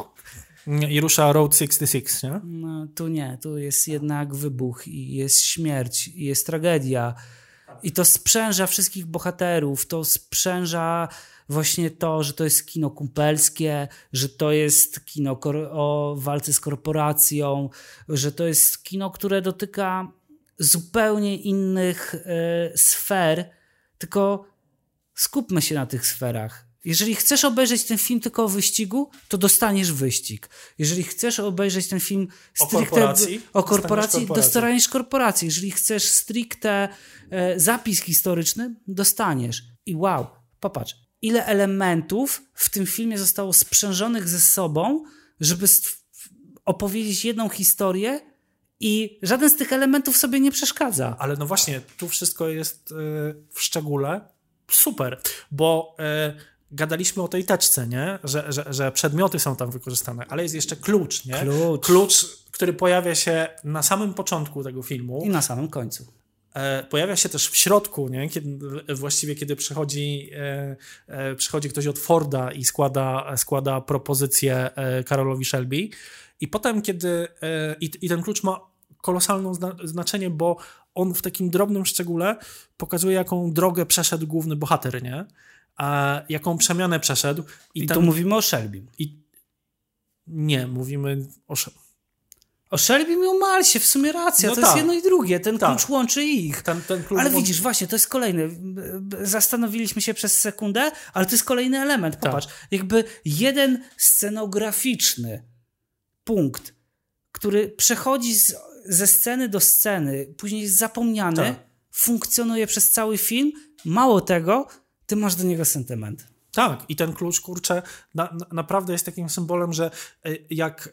rusza Road 66, nie? No tu nie, tu jest jednak wybuch i jest śmierć i jest tragedia i to sprzęża wszystkich bohaterów, to sprzęża właśnie to, że to jest kino kumpelskie, że to jest kino o walce z korporacją, że to jest kino, które dotyka zupełnie innych sfer, tylko skupmy się na tych sferach. Jeżeli chcesz obejrzeć ten film tylko o wyścigu, to dostaniesz wyścig. Jeżeli chcesz obejrzeć ten film stricte o korporacji, dostaniesz korporację. Jeżeli chcesz stricte zapis historyczny, dostaniesz. I wow, popatrz, ile elementów w tym filmie zostało sprzężonych ze sobą, żeby opowiedzieć jedną historię, i żaden z tych elementów sobie nie przeszkadza. Ale no właśnie, tu wszystko jest w szczególe super, bo gadaliśmy o tej teczce, nie? Że przedmioty są tam wykorzystane, ale jest jeszcze klucz, nie? Klucz, który pojawia się na samym początku tego filmu. I na samym końcu. Pojawia się też w środku, nie? Kiedy przychodzi ktoś od Forda i składa propozycję Carrollowi Shelby. I potem, kiedy i ten klucz ma kolosalne znaczenie, bo on w takim drobnym szczególe pokazuje, jaką drogę przeszedł główny bohater, nie? A jaką przemianę przeszedł. I tu mówimy o Shelby. Nie, mówimy o Shelby i o Milesie, w sumie racja, to jest jedno i drugie, ten klucz łączy ich. Ten klucz ale widzisz, właśnie, to jest kolejny, zastanowiliśmy się przez sekundę, ale to jest kolejny element, popatrz, jakby jeden scenograficzny punkt, który przechodzi ze sceny do sceny, później jest zapomniany, funkcjonuje przez cały film, mało tego, ty masz do niego sentyment. Tak, i ten klucz, kurczę, naprawdę jest takim symbolem, że jak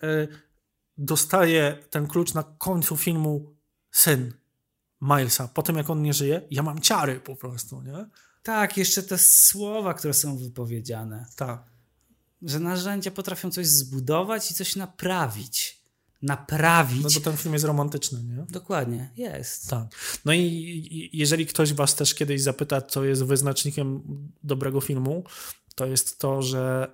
dostaje ten klucz na końcu filmu syn Milesa, po tym jak on nie żyje, ja mam ciary po prostu, nie? Tak, jeszcze te słowa, które są wypowiedziane. Tak. Że narzędzia potrafią coś zbudować i coś naprawić. No bo ten film jest romantyczny, nie? Dokładnie, jest. Tak. No i jeżeli ktoś was też kiedyś zapyta, co jest wyznacznikiem dobrego filmu, to jest to, że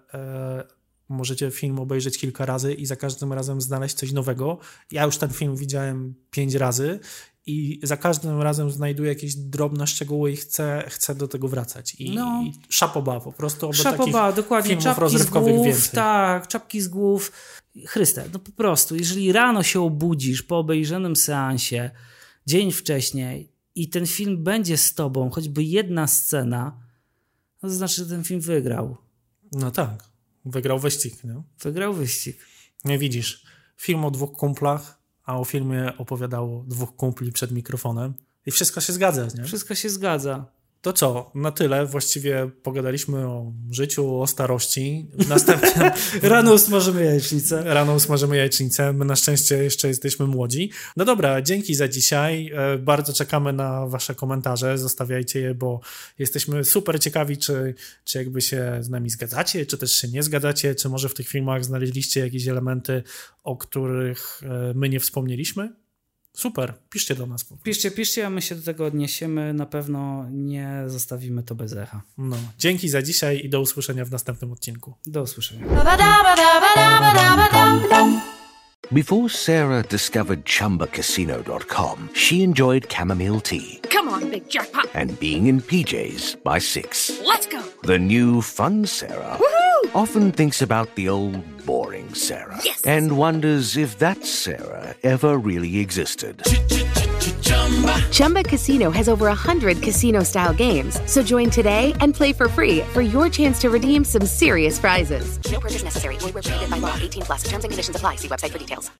możecie film obejrzeć kilka razy i za każdym razem znaleźć coś nowego. Ja już ten film widziałem 5 razy i za każdym razem znajduję jakieś drobne szczegóły i chcę do tego wracać. I szapoba po prostu, oby takich dokładnie. filmów rozrywkowych głów, więcej. Tak, czapki z głów. Chryste, no po prostu, jeżeli rano się obudzisz po obejrzanym seansie, dzień wcześniej i ten film będzie z tobą, choćby jedna scena, no to znaczy, że ten film wygrał. No tak, wygrał wyścig, nie? Wygrał wyścig. Nie widzisz, film o 2 kumplach, a o filmie opowiadało 2 kumpli przed mikrofonem i wszystko się zgadza, nie? Wszystko się zgadza. To co? Na tyle. Właściwie pogadaliśmy o życiu, o starości. Następnie Rano usmażymy jajecznicę. Rano usmażymy jajecznicę. My na szczęście jeszcze jesteśmy młodzi. No dobra, dzięki za dzisiaj. Bardzo czekamy na wasze komentarze. Zostawiajcie je, bo jesteśmy super ciekawi, czy jakby się z nami zgadzacie, czy też się nie zgadzacie, czy może w tych filmach znaleźliście jakieś elementy, o których my nie wspomnieliśmy. Super, piszcie do nas. Piszcie, a my się do tego odniesiemy. Na pewno nie zostawimy to bez echa. No, dzięki za dzisiaj i do usłyszenia w następnym odcinku. Do usłyszenia. Before Sarah discovered ChumbaCasino.com, she enjoyed chamomile tea. Come on, big jackpot. And being in PJs by 6. Let's go. The new fun Sarah often thinks about the old boring Sarah. Yes. And wonders if that Sarah ever really existed. Chumba Casino has over 100 casino-style games. So join today and play for free for your chance to redeem some serious prizes. No purchase necessary. Void where prohibited by law. 18+. Terms and conditions apply. See website for details.